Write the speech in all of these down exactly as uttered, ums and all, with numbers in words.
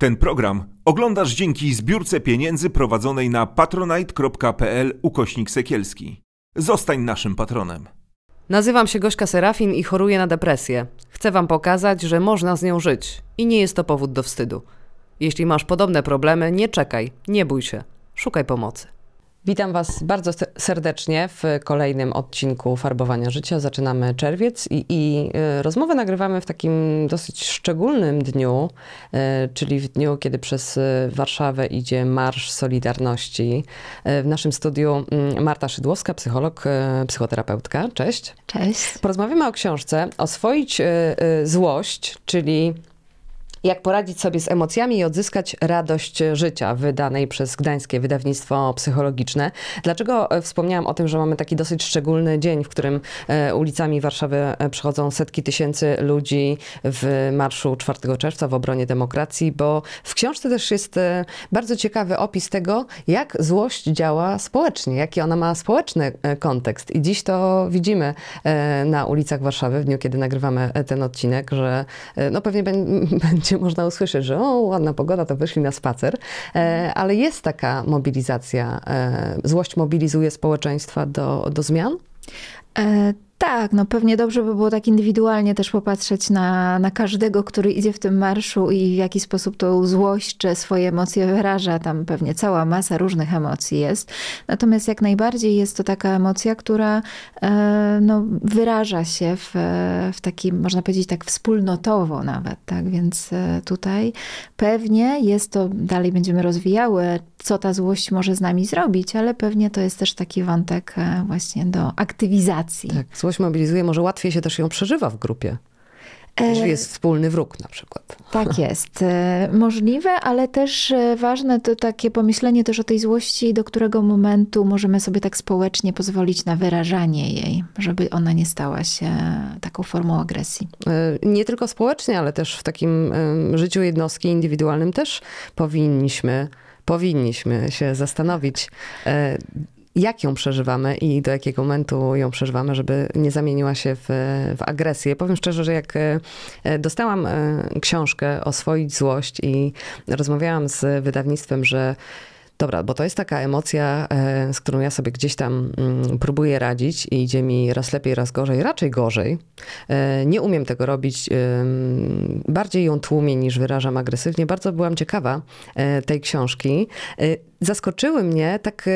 Ten program oglądasz dzięki zbiórce pieniędzy prowadzonej na patronite.pl ukośnik Sekielski. Zostań naszym patronem. Nazywam się Gośka Serafin i choruję na depresję. Chcę Wam pokazać, że można z nią żyć i nie jest to powód do wstydu. Jeśli masz podobne problemy, nie czekaj, nie bój się, szukaj pomocy. Witam Was bardzo serdecznie w kolejnym odcinku Farbowania Życia. Zaczynamy czerwiec i, i rozmowę nagrywamy w takim dosyć szczególnym dniu, czyli w dniu, kiedy przez Warszawę idzie Marsz Solidarności. W naszym studiu Marta Szydłowska, psycholog, psychoterapeutka. Cześć. Cześć. Porozmawiamy o książce Oswoić złość, czyli jak poradzić sobie z emocjami i odzyskać radość życia, wydanej przez Gdańskie Wydawnictwo Psychologiczne. Dlaczego wspomniałam o tym, że mamy taki dosyć szczególny dzień, w którym ulicami Warszawy przechodzą setki tysięcy ludzi w marszu czwartego czerwca w obronie demokracji? Bo w książce też jest bardzo ciekawy opis tego, jak złość działa społecznie, jaki ona ma społeczny kontekst. I dziś to widzimy na ulicach Warszawy, w dniu, kiedy nagrywamy ten odcinek, że no pewnie będzie można usłyszeć, że o, ładna pogoda, to wyszli na spacer, ale jest taka mobilizacja. Złość mobilizuje społeczeństwa do, do zmian? E, tak, no pewnie dobrze by było tak indywidualnie też popatrzeć na, na każdego, który idzie w tym marszu i w jaki sposób tą złość czy swoje emocje wyraża. Tam pewnie cała masa różnych emocji jest. Natomiast jak najbardziej jest to taka emocja, która e, no, wyraża się w, w takim, można powiedzieć tak wspólnotowo nawet. Tak? Więc e, tutaj pewnie jest to, dalej będziemy rozwijały, co ta złość może z nami zrobić, ale pewnie to jest też taki wątek e, właśnie do aktywizacji. Tak, złość mobilizuje, może łatwiej się też ją przeżywa w grupie. Jeżeli jest wspólny wróg na przykład. Tak jest. Możliwe, ale też ważne to takie pomyślenie też o tej złości, do którego momentu możemy sobie tak społecznie pozwolić na wyrażanie jej, żeby ona nie stała się taką formą agresji. Nie tylko społecznie, ale też w takim życiu jednostki indywidualnym też powinniśmy, powinniśmy się zastanowić, jak ją przeżywamy i do jakiego momentu ją przeżywamy, żeby nie zamieniła się w, w agresję. Powiem szczerze, że jak dostałam książkę Oswoić złość i rozmawiałam z wydawnictwem, że dobra, bo to jest taka emocja, z którą ja sobie gdzieś tam próbuję radzić i idzie mi raz lepiej, raz gorzej, raczej gorzej. Nie umiem tego robić, bardziej ją tłumię niż wyrażam agresywnie. Bardzo byłam ciekawa tej książki. Zaskoczyły mnie tak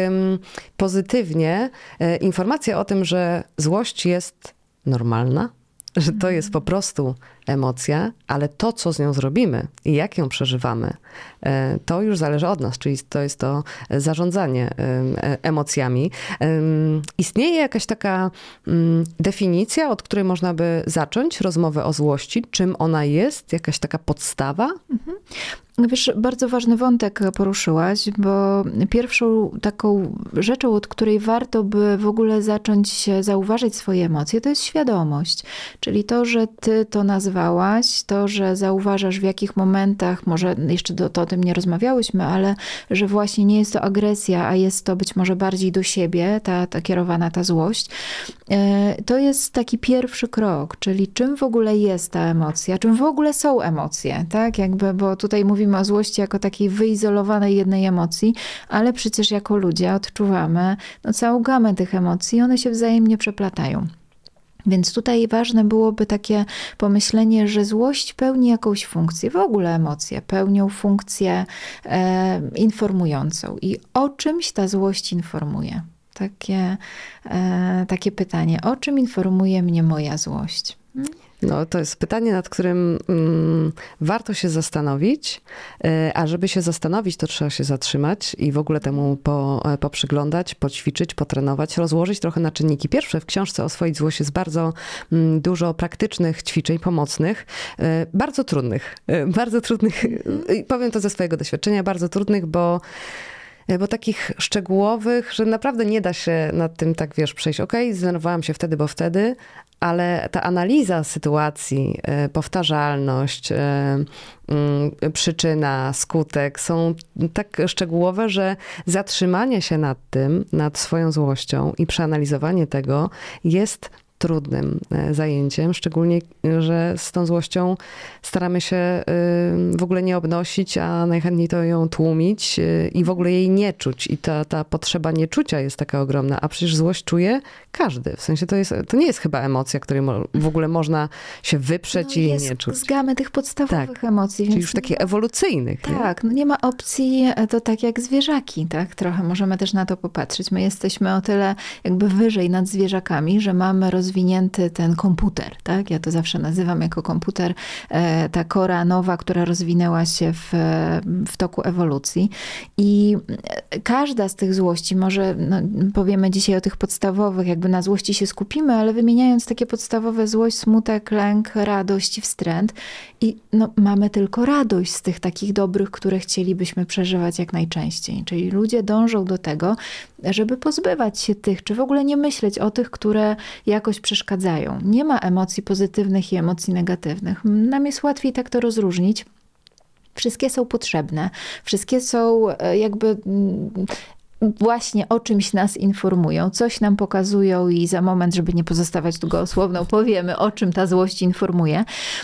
pozytywnie informacje o tym, że złość jest normalna, że to jest po prostu emocja, ale to, co z nią zrobimy i jak ją przeżywamy, to już zależy od nas, czyli to jest to zarządzanie emocjami. Istnieje jakaś taka definicja, od której można by zacząć rozmowę o złości? Czym ona jest? Jakaś taka podstawa? Mhm. Wiesz, bardzo ważny wątek poruszyłaś, bo pierwszą taką rzeczą, od której warto by w ogóle zacząć zauważyć swoje emocje, to jest świadomość. Czyli to, że ty to nazwałaś, to, że zauważasz w jakich momentach, może jeszcze do, to o tym nie rozmawiałyśmy, ale że właśnie nie jest to agresja, a jest to być może bardziej do siebie, ta, ta kierowana ta złość. To jest taki pierwszy krok, czyli czym w ogóle jest ta emocja, czym w ogóle są emocje, tak? Jakby, bo tutaj mówimy o złości jako takiej wyizolowanej jednej emocji, ale przecież jako ludzie odczuwamy no, całą gamę tych emocji, one się wzajemnie przeplatają. Więc tutaj ważne byłoby takie pomyślenie, że złość pełni jakąś funkcję, w ogóle emocje pełnią funkcję e, informującą. I o czymś ta złość informuje? Takie, e, takie pytanie, o czym informuje mnie moja złość? Hmm? No, to jest pytanie, nad którym mm, warto się zastanowić, a żeby się zastanowić, to trzeba się zatrzymać i w ogóle temu po, poprzyglądać, poćwiczyć, potrenować, rozłożyć trochę na czynniki. Pierwsze w książce Oswoić złość jest bardzo mm, dużo praktycznych ćwiczeń pomocnych, bardzo trudnych, bardzo trudnych, powiem to ze swojego doświadczenia, bardzo trudnych, bo bo takich szczegółowych, że naprawdę nie da się nad tym tak, wiesz, przejść. Okej, zdenerwowałam się wtedy, bo wtedy, ale ta analiza sytuacji, powtarzalność, przyczyna, skutek są tak szczegółowe, że zatrzymanie się nad tym, nad swoją złością i przeanalizowanie tego jest trudnym zajęciem, szczególnie, że z tą złością staramy się w ogóle nie obnosić, a najchętniej to ją tłumić i w ogóle jej nie czuć. I ta, ta potrzeba nieczucia jest taka ogromna, a przecież złość czuje każdy. W sensie to, jest, to nie jest chyba emocja, której mo- w ogóle można się wyprzeć no i jest nie czuć. z gamy tych podstawowych tak. emocji. Czyli Więc już takich ewolucyjnych. Tak, no nie ma opcji, to tak jak zwierzaki, tak? Trochę możemy też na to popatrzeć. My jesteśmy o tyle jakby wyżej nad zwierzakami, że mamy rozwinięty ten komputer, tak? Ja to zawsze nazywam jako komputer, ta kora nowa, która rozwinęła się w, w toku ewolucji. I każda z tych złości, może no, powiemy dzisiaj o tych podstawowych, jakby na złości się skupimy, ale wymieniając takie podstawowe złość, smutek, lęk, radość i wstręt. I no, mamy tylko radość z tych takich dobrych, które chcielibyśmy przeżywać jak najczęściej. Czyli ludzie dążą do tego, żeby pozbywać się tych, czy w ogóle nie myśleć o tych, które jakoś przeszkadzają. Nie ma emocji pozytywnych i emocji negatywnych. Nam jest łatwiej tak to rozróżnić. Wszystkie są potrzebne. Wszystkie są jakby właśnie o czymś nas informują, coś nam pokazują i za moment, żeby nie pozostawać tu gołosłowną, powiemy, o czym ta złość informuje.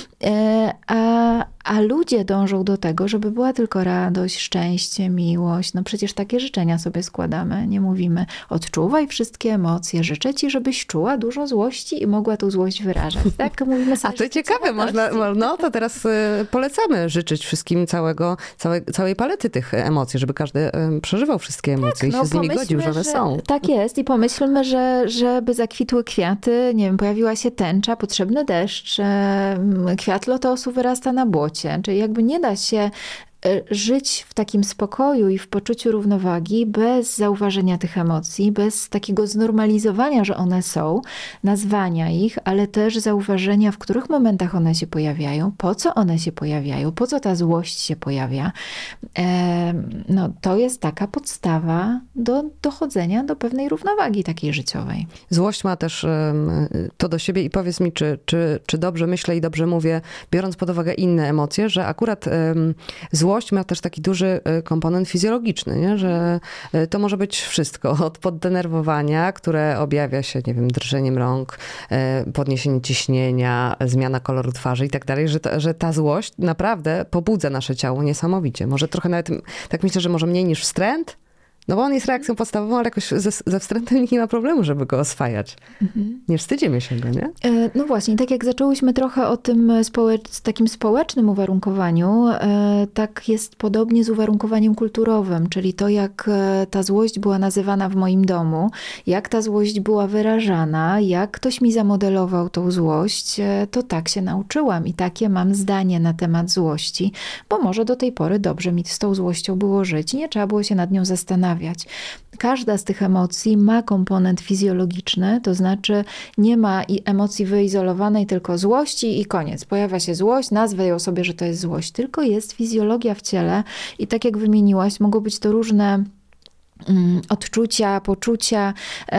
A, a ludzie dążą do tego, żeby była tylko radość, szczęście, miłość. No przecież takie życzenia sobie składamy. Nie mówimy, odczuwaj wszystkie emocje, życzę ci, żebyś czuła dużo złości i mogła tą złość wyrażać. Tak? Mówimy sobie, a to ciekawe, można, no to teraz polecamy życzyć wszystkim całego, całej, całej palety tych emocji, żeby każdy przeżywał wszystkie emocje. No, i się z nimi godził, że one że, są. Tak jest i pomyślmy, że żeby zakwitły kwiaty, nie wiem, pojawiła się tęcza, potrzebny deszcz, kwiat lotosu wyrasta na błocie, czyli jakby nie da się żyć w takim spokoju i w poczuciu równowagi bez zauważenia tych emocji, bez takiego znormalizowania, że one są, nazwania ich, ale też zauważenia, w których momentach one się pojawiają, po co one się pojawiają, po co ta złość się pojawia. No, to jest taka podstawa do dochodzenia do pewnej równowagi takiej życiowej. Złość ma też to do siebie i powiedz mi, czy, czy, czy dobrze myślę i dobrze mówię, biorąc pod uwagę inne emocje, że akurat złość ma też taki duży komponent fizjologiczny, nie? Że to może być wszystko. Od poddenerwowania, które objawia się, nie wiem, drżeniem rąk, podniesienie ciśnienia, zmiana koloru twarzy i tak dalej, że ta, że ta złość naprawdę pobudza nasze ciało niesamowicie. Może trochę nawet, tak myślę, że może mniej niż wstręt, no bo on jest reakcją podstawową, ale jakoś ze, ze wstrętem nikt nie ma problemu, żeby go oswajać. Mhm. Nie wstydzimy się go, nie? No właśnie, tak jak zaczęłyśmy trochę o tym społecz- takim społecznym uwarunkowaniu, tak jest podobnie z uwarunkowaniem kulturowym, czyli to, jak ta złość była nazywana w moim domu, jak ta złość była wyrażana, jak ktoś mi zamodelował tą złość, to tak się nauczyłam i takie mam zdanie na temat złości, bo może do tej pory dobrze mi z tą złością było żyć, nie trzeba było się nad nią zastanawiać. Każda z tych emocji ma komponent fizjologiczny, to znaczy nie ma i emocji wyizolowanej, tylko złości i koniec. Pojawia się złość, nazwę ją sobie, że to jest złość, tylko jest fizjologia w ciele i tak jak wymieniłaś, mogą być to różne odczucia, poczucia.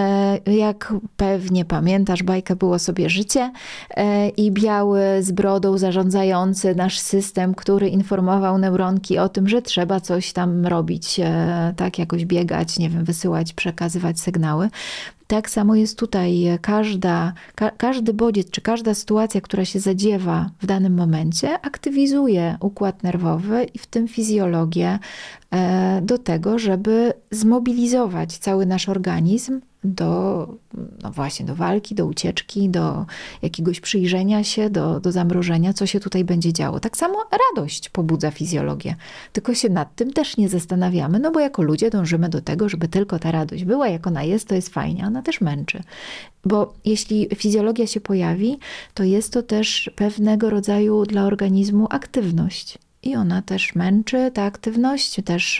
Jak pewnie pamiętasz, bajkę Było sobie życie i biały z brodą zarządzający nasz system, który informował neuronki o tym, że trzeba coś tam robić, tak jakoś biegać, nie wiem, wysyłać, przekazywać sygnały. Tak samo jest tutaj. Każda, ka, każdy bodziec, czy każda sytuacja, która się zadziewa w danym momencie, aktywizuje układ nerwowy i w tym fizjologię e, do tego, żeby zmobilizować cały nasz organizm do, no właśnie, do walki, do ucieczki, do jakiegoś przyjrzenia się, do, do zamrożenia, co się tutaj będzie działo. Tak samo radość pobudza fizjologię. Tylko się nad tym też nie zastanawiamy, no bo jako ludzie dążymy do tego, żeby tylko ta radość była, jak ona jest, to jest fajnie, ona też męczy. Bo jeśli fizjologia się pojawi, to jest to też pewnego rodzaju dla organizmu aktywność. I ona też męczy, ta aktywność, też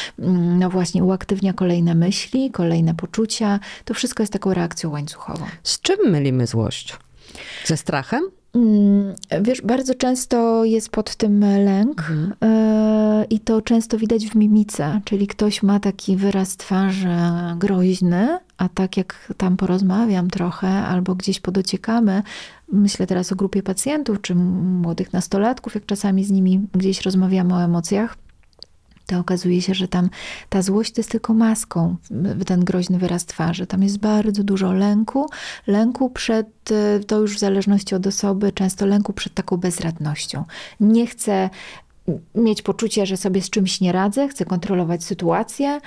no właśnie uaktywnia kolejne myśli, kolejne poczucia. To wszystko jest taką reakcją łańcuchową. Z czym mylimy złość? Ze strachem? Wiesz, bardzo często jest pod tym lęk mhm. i to często widać w mimice, czyli ktoś ma taki wyraz twarzy groźny, a tak jak tam porozmawiam trochę albo gdzieś podociekamy, myślę teraz o grupie pacjentów czy młodych nastolatków, jak czasami z nimi gdzieś rozmawiamy o emocjach, to okazuje się, że tam ta złość to jest tylko maską, ten groźny wyraz twarzy. Tam jest bardzo dużo lęku, lęku przed, to już w zależności od osoby, często lęku przed taką bezradnością. Nie chcę mieć poczucie, że sobie z czymś nie radzę, chcę kontrolować sytuację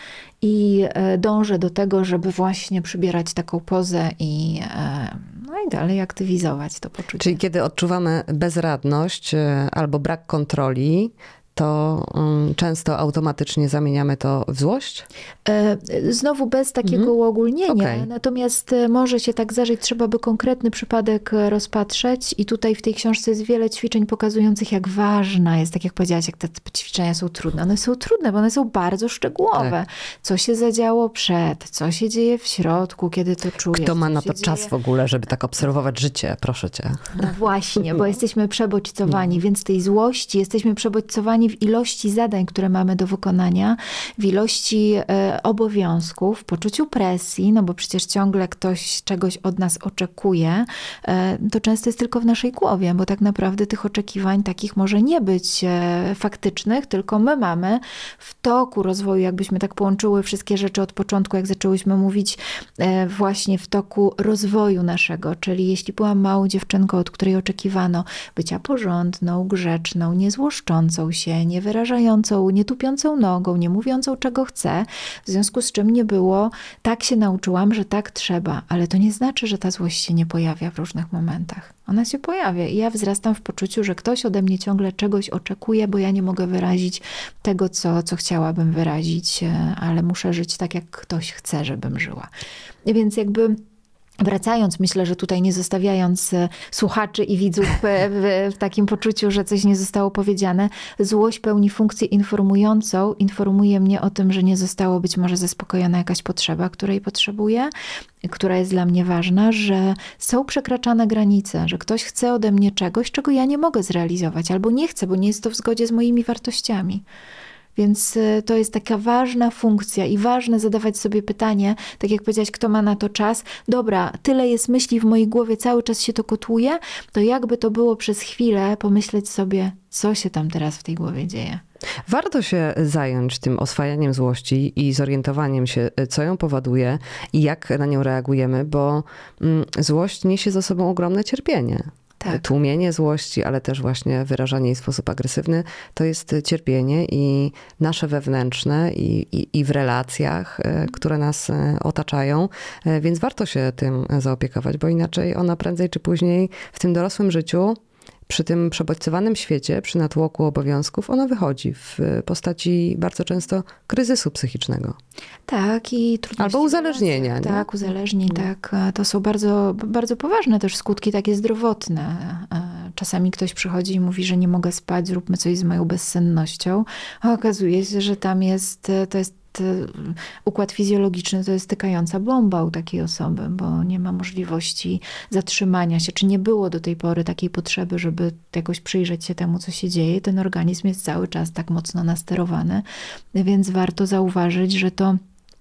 i dążę do tego, żeby właśnie przybierać taką pozę i, no i dalej aktywizować to poczucie. Czyli kiedy odczuwamy bezradność albo brak kontroli, to um, często automatycznie zamieniamy to w złość? Znowu bez takiego mhm. uogólnienia, okay. Natomiast może się tak zdarzyć, trzeba by konkretny przypadek rozpatrzeć i tutaj w tej książce jest wiele ćwiczeń pokazujących, jak ważna jest, tak jak powiedziałaś, jak te ćwiczenia są trudne. One są trudne, bo one są bardzo szczegółowe. Tak. Co się zadziało przed, co się dzieje w środku, kiedy to czujesz. Kto ma na to dzieje... czas w ogóle, żeby tak obserwować życie? Proszę cię. No właśnie, bo jesteśmy przebodźcowani, no. Więc tej złości jesteśmy przebodźcowani w ilości zadań, które mamy do wykonania, w ilości e, obowiązków, w poczuciu presji, no bo przecież ciągle ktoś czegoś od nas oczekuje, e, to często jest tylko w naszej głowie, bo tak naprawdę tych oczekiwań takich może nie być e, faktycznych, tylko my mamy w toku rozwoju, jakbyśmy tak połączyły wszystkie rzeczy od początku, jak zaczęłyśmy mówić e, właśnie w toku rozwoju naszego, czyli jeśli byłam małą dziewczynką, od której oczekiwano bycia porządną, grzeczną, niezłoszczącą się, nie wyrażającą, nie tupiącą nogą, nie mówiącą czego chcę, w związku z czym nie było, tak się nauczyłam, że tak trzeba, ale to nie znaczy, że ta złość się nie pojawia w różnych momentach. Ona się pojawia i ja wzrastam w poczuciu, że ktoś ode mnie ciągle czegoś oczekuje, bo ja nie mogę wyrazić tego, co, co chciałabym wyrazić, ale muszę żyć tak, jak ktoś chce, żebym żyła. Więc jakby wracając, myślę, że tutaj nie zostawiając słuchaczy i widzów w, w takim poczuciu, że coś nie zostało powiedziane, złość pełni funkcję informującą, informuje mnie o tym, że nie zostało być może zaspokojona jakaś potrzeba, której potrzebuję, która jest dla mnie ważna, że są przekraczane granice, że ktoś chce ode mnie czegoś, czego ja nie mogę zrealizować, albo nie chcę, bo nie jest to w zgodzie z moimi wartościami. Więc to jest taka ważna funkcja i ważne zadawać sobie pytanie, tak jak powiedziałaś, kto ma na to czas. Dobra, tyle jest myśli w mojej głowie, cały czas się to kotłuje, to jakby to było przez chwilę pomyśleć sobie, co się tam teraz w tej głowie dzieje. Warto się zająć tym oswajaniem złości i zorientowaniem się, co ją powoduje i jak na nią reagujemy, bo złość niesie za sobą ogromne cierpienie. Tak. Tłumienie złości, ale też właśnie wyrażanie jej w sposób agresywny, to jest cierpienie i nasze wewnętrzne i, i, i w relacjach, które nas otaczają, więc warto się tym zaopiekować, bo inaczej ona prędzej czy później w tym dorosłym życiu, przy tym przebodźcowanym świecie, przy natłoku obowiązków, ona wychodzi w postaci bardzo często kryzysu psychicznego. Tak, i trudności. Albo uzależnienia. Nie? Tak, uzależnień, tak. To są bardzo, bardzo poważne też skutki takie zdrowotne. Czasami ktoś przychodzi i mówi, że nie mogę spać, zróbmy coś z moją bezsennością. A okazuje się, że tam jest, to jest układ fizjologiczny, to jest tykająca bomba u takiej osoby, bo nie ma możliwości zatrzymania się, czy nie było do tej pory takiej potrzeby, żeby jakoś przyjrzeć się temu, co się dzieje. Ten organizm jest cały czas tak mocno nasterowany, więc warto zauważyć, że to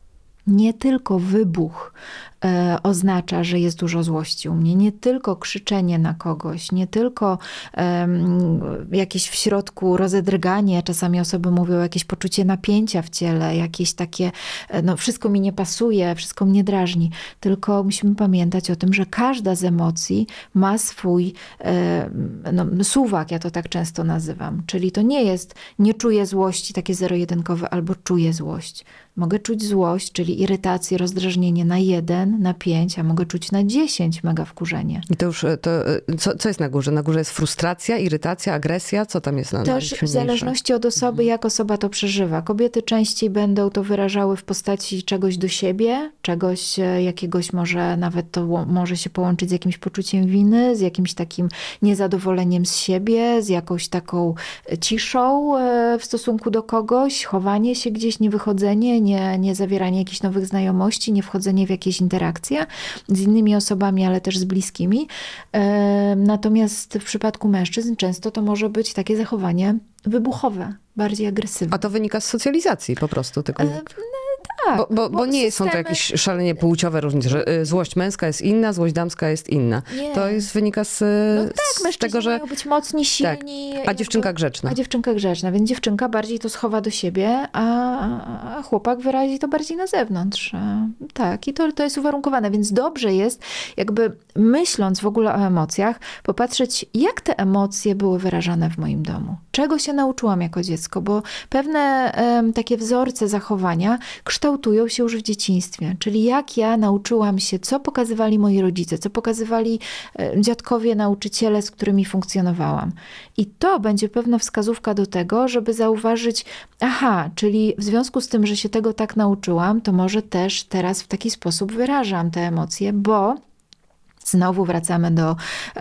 nie tylko wybuch e, oznacza, że jest dużo złości u mnie, nie tylko krzyczenie na kogoś, nie tylko e, jakieś w środku rozedrganie, czasami osoby mówią jakieś poczucie napięcia w ciele, jakieś takie, no wszystko mi nie pasuje, wszystko mnie drażni, tylko musimy pamiętać o tym, że każda z emocji ma swój e, no, suwak, ja to tak często nazywam, czyli to nie jest nie czuję złości, takie zero-jedynkowe, albo czuję złość. Mogę czuć złość, czyli irytację, rozdrażnienie na jeden, na pięć, a mogę czuć na dziesięć mega wkurzenie. I to już, to, co, co jest na górze? Na górze jest frustracja, irytacja, agresja? Co tam jest na Też w zależności od osoby, mhm. jak osoba to przeżywa. Kobiety częściej będą to wyrażały w postaci czegoś do siebie, czegoś jakiegoś może nawet to może się połączyć z jakimś poczuciem winy, z jakimś takim niezadowoleniem z siebie, z jakąś taką ciszą w stosunku do kogoś, chowanie się gdzieś, niewychodzenie, nie, nie zawieranie jakichś nowych znajomości, nie wchodzenie w jakieś interakcje z innymi osobami, ale też z bliskimi. Natomiast w przypadku mężczyzn często to może być takie zachowanie wybuchowe, bardziej agresywne. A to wynika z socjalizacji po prostu? Tylko... Tak, Bo, bo, bo nie są to systemy- jakieś szalenie płciowe różnice, że y, złość męska jest inna, złość damska jest inna. Nie. To jest, wynika z, No tak, z mężczyźni tego, że... mają być mocni, silni. A jakby- dziewczynka grzeczna. A dziewczynka grzeczna, więc dziewczynka bardziej to schowa do siebie, a, a chłopak wyrazi to bardziej na zewnątrz. A, tak, i to, to jest uwarunkowane, więc dobrze jest jakby myśląc w ogóle o emocjach, popatrzeć, jak te emocje były wyrażane w moim domu. Czego się nauczyłam jako dziecko, bo pewne em, takie wzorce zachowania kształtują się już w dzieciństwie, czyli jak ja nauczyłam się, co pokazywali moi rodzice, co pokazywali e, dziadkowie, nauczyciele, z którymi funkcjonowałam. I to będzie pewna wskazówka do tego, żeby zauważyć, aha, czyli w związku z tym, że się tego tak nauczyłam, to może też teraz w taki sposób wyrażam te emocje, bo znowu wracamy do,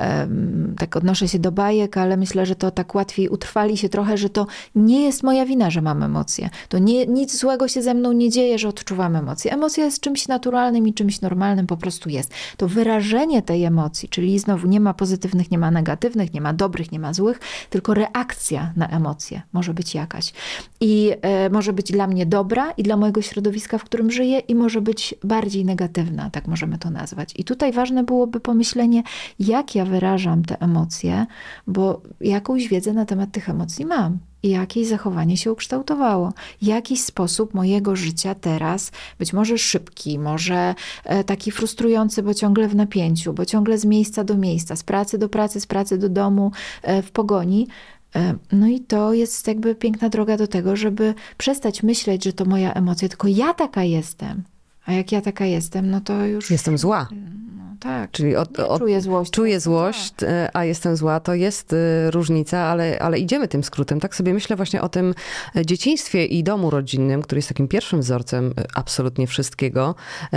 um, tak odnoszę się do bajek, ale myślę, że to tak łatwiej utrwali się trochę, że to nie jest moja wina, że mam emocje. To nie, nic złego się ze mną nie dzieje, że odczuwam emocje. Emocja jest czymś naturalnym i czymś normalnym, po prostu jest. To wyrażenie tej emocji, czyli znowu nie ma pozytywnych, nie ma negatywnych, nie ma dobrych, nie ma złych, tylko reakcja na emocje może być jakaś. I e, może być dla mnie dobra i dla mojego środowiska, w którym żyję, i może być bardziej negatywna, tak możemy to nazwać. I tutaj ważne byłoby pomyślenie, jak ja wyrażam te emocje, bo jakąś wiedzę na temat tych emocji mam. I jakieś zachowanie się ukształtowało. Jakiś sposób mojego życia teraz, być może szybki, może taki frustrujący, bo ciągle w napięciu, bo ciągle z miejsca do miejsca, z pracy do pracy, z pracy do domu, w pogoni. No i to jest jakby piękna droga do tego, żeby przestać myśleć, że to moja emocja, tylko ja taka jestem. A jak ja taka jestem, no to już... Jestem zła. No tak. Czyli od, Nie od, czuję złości. Czuję złość, a jestem zła, to jest różnica, ale, ale idziemy tym skrótem. Tak sobie myślę właśnie o tym dzieciństwie i domu rodzinnym, który jest takim pierwszym wzorcem absolutnie wszystkiego.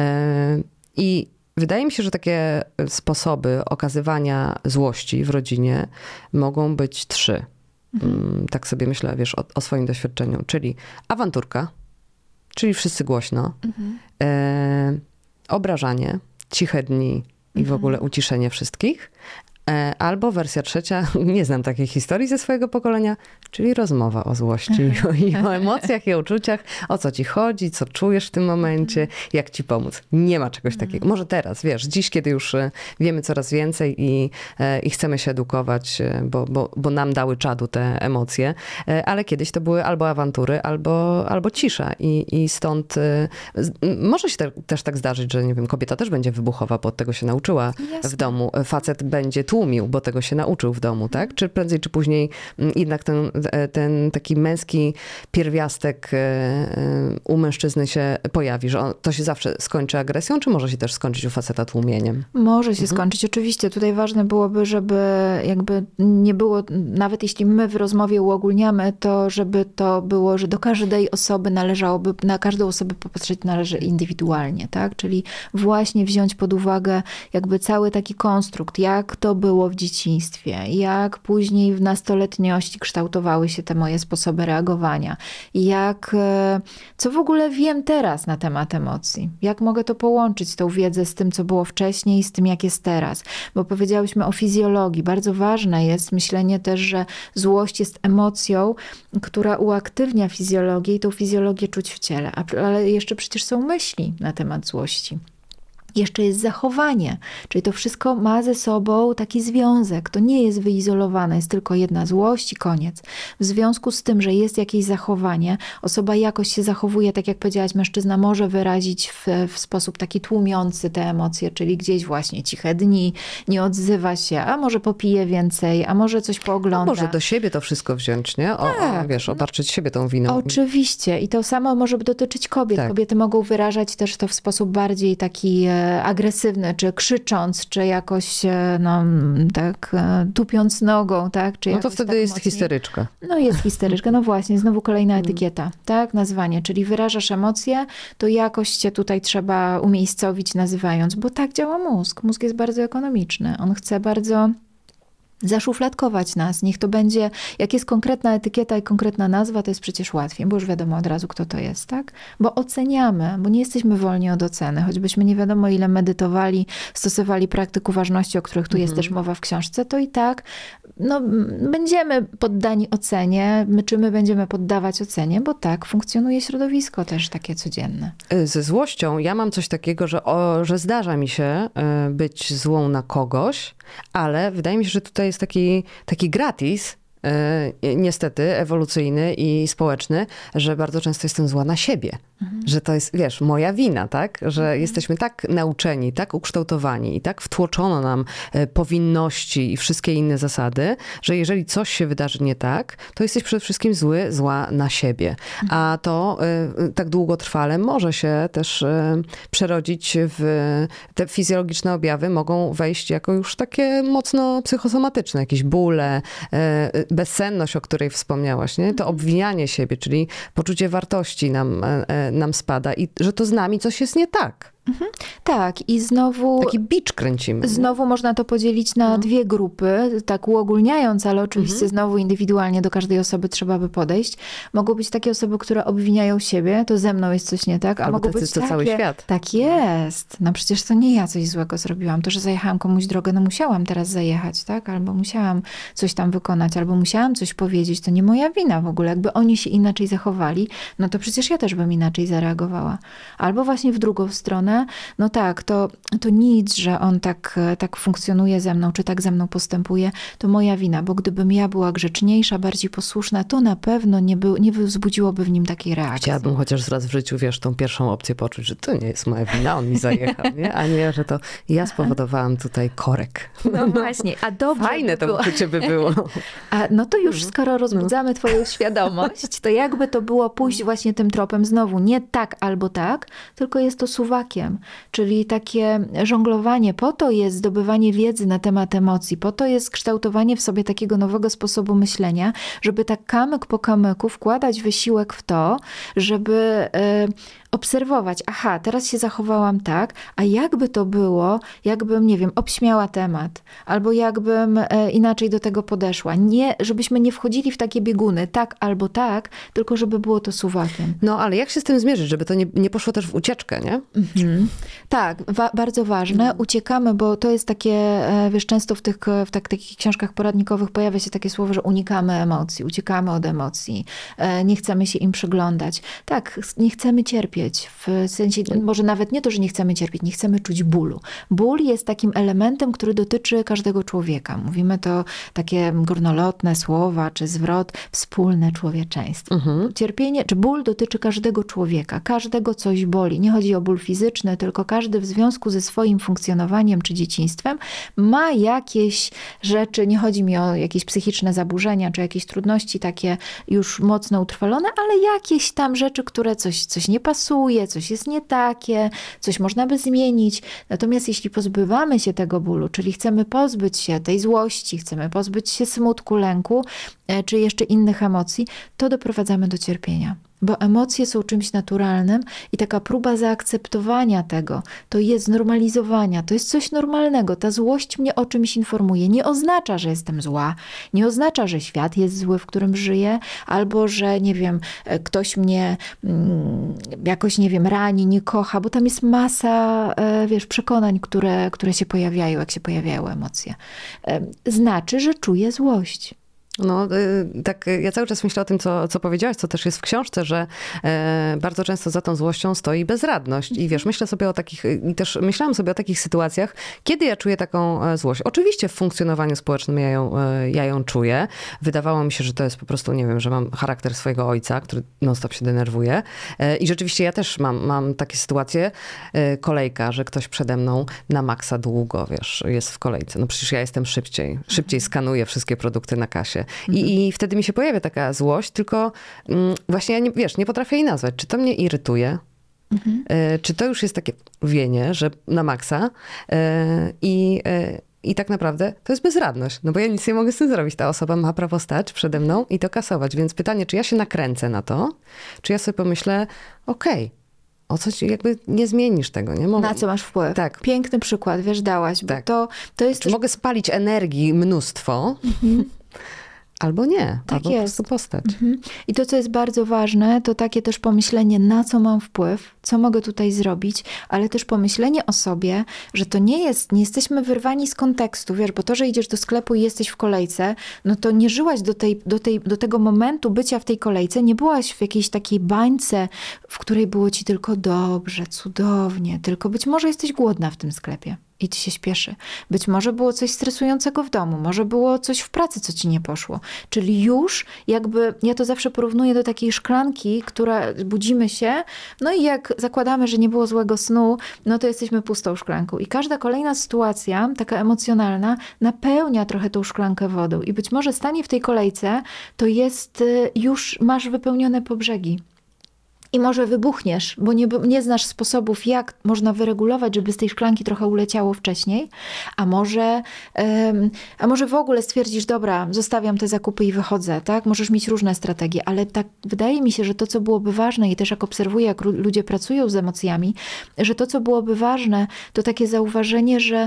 I wydaje mi się, że takie sposoby okazywania złości w rodzinie mogą być trzy. Mhm. Tak sobie myślę, wiesz, o, o swoim doświadczeniu. Czyli awanturka, czyli wszyscy głośno, mhm. e, obrażanie, ciche dni i w ogóle uciszenie wszystkich. Albo wersja trzecia, nie znam takiej historii ze swojego pokolenia, czyli rozmowa o złości i o emocjach i o uczuciach, o co ci chodzi, co czujesz w tym momencie, jak ci pomóc. Nie ma czegoś takiego. Może teraz, wiesz, dziś, kiedy już wiemy coraz więcej i, i chcemy się edukować, bo, bo, bo nam dały czadu te emocje, ale kiedyś to były albo awantury, albo, albo cisza i, i stąd może się te, też tak zdarzyć, że nie wiem, kobieta też będzie wybuchowa, bo od tego się nauczyła Jasne. w domu. Facet będzie tłumił, bo tego się nauczył w domu, tak? Czy prędzej, czy później jednak ten, ten taki męski pierwiastek u mężczyzny się pojawi, że on, to się zawsze skończy agresją, czy może się też skończyć u faceta tłumieniem? Może się mhm. skończyć, oczywiście. Tutaj ważne byłoby, żeby jakby nie było, nawet jeśli my w rozmowie uogólniamy, to żeby to było, że do każdej osoby należałoby, na każdą osobę popatrzeć należy indywidualnie, tak? Czyli właśnie wziąć pod uwagę jakby cały taki konstrukt, jak to było w dzieciństwie, jak później w nastoletniości kształtowały się te moje sposoby reagowania, jak, co w ogóle wiem teraz na temat emocji, jak mogę to połączyć, tą wiedzę z tym, co było wcześniej i z tym, jak jest teraz, bo powiedziałyśmy o fizjologii. Bardzo ważne jest myślenie też, że złość jest emocją, która uaktywnia fizjologię i tą fizjologię czuć w ciele, ale jeszcze przecież są myśli na temat złości. Jeszcze jest zachowanie, czyli to wszystko ma ze sobą taki związek. To nie jest wyizolowane, jest tylko jedna złość i koniec. W związku z tym, że jest jakieś zachowanie, osoba jakoś się zachowuje, tak jak powiedziałaś, mężczyzna może wyrazić w, w sposób taki tłumiący te emocje, czyli gdzieś właśnie ciche dni, nie odzywa się, a może popije więcej, a może coś poogląda. No może do siebie to wszystko wziąć, nie? O, tak. o, wiesz, obarczyć siebie tą winą. Oczywiście. I to samo może dotyczyć kobiet. Tak. Kobiety mogą wyrażać też to w sposób bardziej taki agresywny, czy krzycząc, czy jakoś no, tak tupiąc nogą, tak? Czy no to jakoś wtedy tak jest mocniej. histeryczka. No jest histeryczka, no właśnie, znowu kolejna etykieta, tak? Nazwanie, czyli wyrażasz emocje, to jakoś cię tutaj trzeba umiejscowić nazywając, bo tak działa mózg. Mózg jest bardzo ekonomiczny. On chce bardzo zaszufladkować nas. Niech to będzie, jak jest konkretna etykieta i konkretna nazwa, to jest przecież łatwiej, bo już wiadomo od razu, kto to jest, tak? Bo oceniamy, bo nie jesteśmy wolni od oceny. Choćbyśmy nie wiadomo ile medytowali, stosowali praktyk uważności, o których tu mhm. jest też mowa w książce, to i tak no, będziemy poddani ocenie, my czy my będziemy poddawać ocenie, bo tak funkcjonuje środowisko też takie codzienne. Ze złością ja mam coś takiego, że, o, że zdarza mi się być złą na kogoś, ale wydaje mi się, że tutaj jest taki, taki gratis, yy, niestety ewolucyjny i społeczny, że bardzo często jestem zła na siebie. Mhm. Że to jest, wiesz, moja wina, tak? Że mhm. jesteśmy tak nauczeni, tak ukształtowani i tak wtłoczono nam powinności i wszystkie inne zasady, że jeżeli coś się wydarzy nie tak, to jesteś przede wszystkim zły, zła na siebie. Mhm. A to y, tak długotrwale może się też y, przerodzić w... Te fizjologiczne objawy mogą wejść jako już takie mocno psychosomatyczne, jakieś bóle, y, bezsenność, o której wspomniałaś, nie? To obwinianie siebie, czyli poczucie wartości nam y, nam spada i że to z nami coś jest nie tak. Mhm. Tak, i znowu... Taki bicz kręcimy. Znowu nie? Można to podzielić na no. dwie grupy, tak uogólniając, ale oczywiście mhm. znowu indywidualnie do każdej osoby trzeba by podejść. Mogą być takie osoby, które obwiniają siebie, to ze mną jest coś nie tak, a albo mogą tacy, być to takie, cały świat. Tak jest. No przecież to nie ja coś złego zrobiłam. To, że zajechałam komuś drogę, no musiałam teraz zajechać, tak? Albo musiałam coś tam wykonać, albo musiałam coś powiedzieć. To nie moja wina w ogóle. Jakby oni się inaczej zachowali, no to przecież ja też bym inaczej zareagowała. Albo właśnie w drugą stronę, no tak, to, to nic, że on tak, tak funkcjonuje ze mną, czy tak ze mną postępuje, to moja wina, bo gdybym ja była grzeczniejsza, bardziej posłuszna, to na pewno nie, był, nie wzbudziłoby w nim takiej reakcji. Chciałabym chociaż raz w życiu, wiesz, tą pierwszą opcję poczuć, że to nie jest moja wina, on mi zajechał, nie? A nie, że to ja spowodowałam tutaj korek. No właśnie, a dobrze Fajne by to uczucie by było. A no to już skoro rozbudzamy no. twoją świadomość, to jakby to było pójść właśnie tym tropem znowu, nie tak albo tak, tylko jest to suwakiem. Czyli takie żonglowanie, po to jest zdobywanie wiedzy na temat emocji, po to jest kształtowanie w sobie takiego nowego sposobu myślenia, żeby tak kamyk po kamyku wkładać wysiłek w to, żeby y, obserwować, aha, teraz się zachowałam tak, a jakby to było, jakbym, nie wiem, obśmiała temat, albo jakbym y, inaczej do tego podeszła. Nie, żebyśmy nie wchodzili w takie bieguny, tak albo tak, tylko żeby było to suwakiem. No, ale jak się z tym zmierzyć, żeby to nie, nie poszło też w ucieczkę, nie? Mhm. Tak, wa- bardzo ważne. Mhm. Uciekamy, bo to jest takie, wiesz, często w tych w tak, takich książkach poradnikowych pojawia się takie słowo, że unikamy emocji, uciekamy od emocji, nie chcemy się im przyglądać. Tak, nie chcemy cierpieć. W sensie, może nawet nie to, że nie chcemy cierpieć, nie chcemy czuć bólu. Ból jest takim elementem, który dotyczy każdego człowieka. Mówimy to takie górnolotne słowa, czy zwrot, wspólne człowieczeństwo. Mhm. Cierpienie, czy ból dotyczy każdego człowieka. Każdego coś boli. Nie chodzi o ból fizyczny, tylko każdy w związku ze swoim funkcjonowaniem czy dzieciństwem ma jakieś rzeczy, nie chodzi mi o jakieś psychiczne zaburzenia, czy jakieś trudności takie już mocno utrwalone, ale jakieś tam rzeczy, które coś, coś nie pasuje, coś jest nie takie, coś można by zmienić. Natomiast jeśli pozbywamy się tego bólu, czyli chcemy pozbyć się tej złości, chcemy pozbyć się smutku, lęku, czy jeszcze innych emocji, to doprowadzamy do cierpienia. Bo emocje są czymś naturalnym i taka próba zaakceptowania tego, to jest znormalizowania, to jest coś normalnego. Ta złość mnie o czymś informuje. Nie oznacza, że jestem zła, nie oznacza, że świat jest zły, w którym żyję, albo że, nie wiem, ktoś mnie mm, jakoś, nie wiem, rani, nie kocha, bo tam jest masa, wiesz, przekonań, które, które się pojawiają, jak się pojawiają emocje. Znaczy, że czuję złość. No, tak, ja cały czas myślę o tym, co, co powiedziałaś, co też jest w książce, że e, bardzo często za tą złością stoi bezradność. I wiesz, myślę sobie o takich, i też myślałam sobie o takich sytuacjach, kiedy ja czuję taką złość. Oczywiście w funkcjonowaniu społecznym ja ją, ja ją czuję. Wydawało mi się, że to jest po prostu, nie wiem, że mam charakter swojego ojca, który non-stop się denerwuje. E, I rzeczywiście ja też mam, mam takie sytuacje, e, kolejka, że ktoś przede mną na maksa długo, wiesz, jest w kolejce. No przecież ja jestem szybciej, szybciej skanuję wszystkie produkty na kasie. I, I wtedy mi się pojawia taka złość, tylko mm, właśnie ja, nie, wiesz, nie potrafię jej nazwać. Czy to mnie irytuje? Mhm. Y, czy to już jest takie wienie, że na maksa? Y, I y, I tak naprawdę to jest bezradność, no bo ja nic nie mogę z tym zrobić. Ta osoba ma prawo stać przede mną i to kasować. Więc pytanie, czy ja się nakręcę na to, czy ja sobie pomyślę, okej, okay, O coś jakby nie zmienisz tego, nie? Mogę, Na co masz wpływ? Tak. Piękny przykład, wiesz, dałaś, bo Tak. to, to jest Czy też... mogę spalić energii mnóstwo, albo nie, Tak albo po jest. prostu postać. Mhm. I to, co jest bardzo ważne, to takie też pomyślenie, na co mam wpływ, co mogę tutaj zrobić, ale też pomyślenie o sobie, że to nie jest, nie jesteśmy wyrwani z kontekstu, wiesz, bo to, że idziesz do sklepu i jesteś w kolejce, no to nie żyłaś do, tej, do, tej, do tego momentu bycia w tej kolejce, nie byłaś w jakiejś takiej bańce, w której było ci tylko dobrze, cudownie, tylko być może jesteś głodna w tym sklepie. I ci się śpieszy. Być może było coś stresującego w domu, może było coś w pracy, co ci nie poszło. Czyli już jakby, ja to zawsze porównuję do takiej szklanki, która budzimy się, no i jak zakładamy, że nie było złego snu, no to jesteśmy pustą szklanką. I każda kolejna sytuacja, taka emocjonalna, napełnia trochę tą szklankę wodą. I być może stanie w tej kolejce, to jest, już masz wypełnione po brzegi. I może wybuchniesz, bo nie, nie znasz sposobów, jak można wyregulować, żeby z tej szklanki trochę uleciało wcześniej, a może, um, a może w ogóle stwierdzisz, dobra, zostawiam te zakupy i wychodzę, tak? Możesz mieć różne strategie, ale tak wydaje mi się, że to, co byłoby ważne i też jak obserwuję, jak ludzie pracują z emocjami, że to, co byłoby ważne, to takie zauważenie, że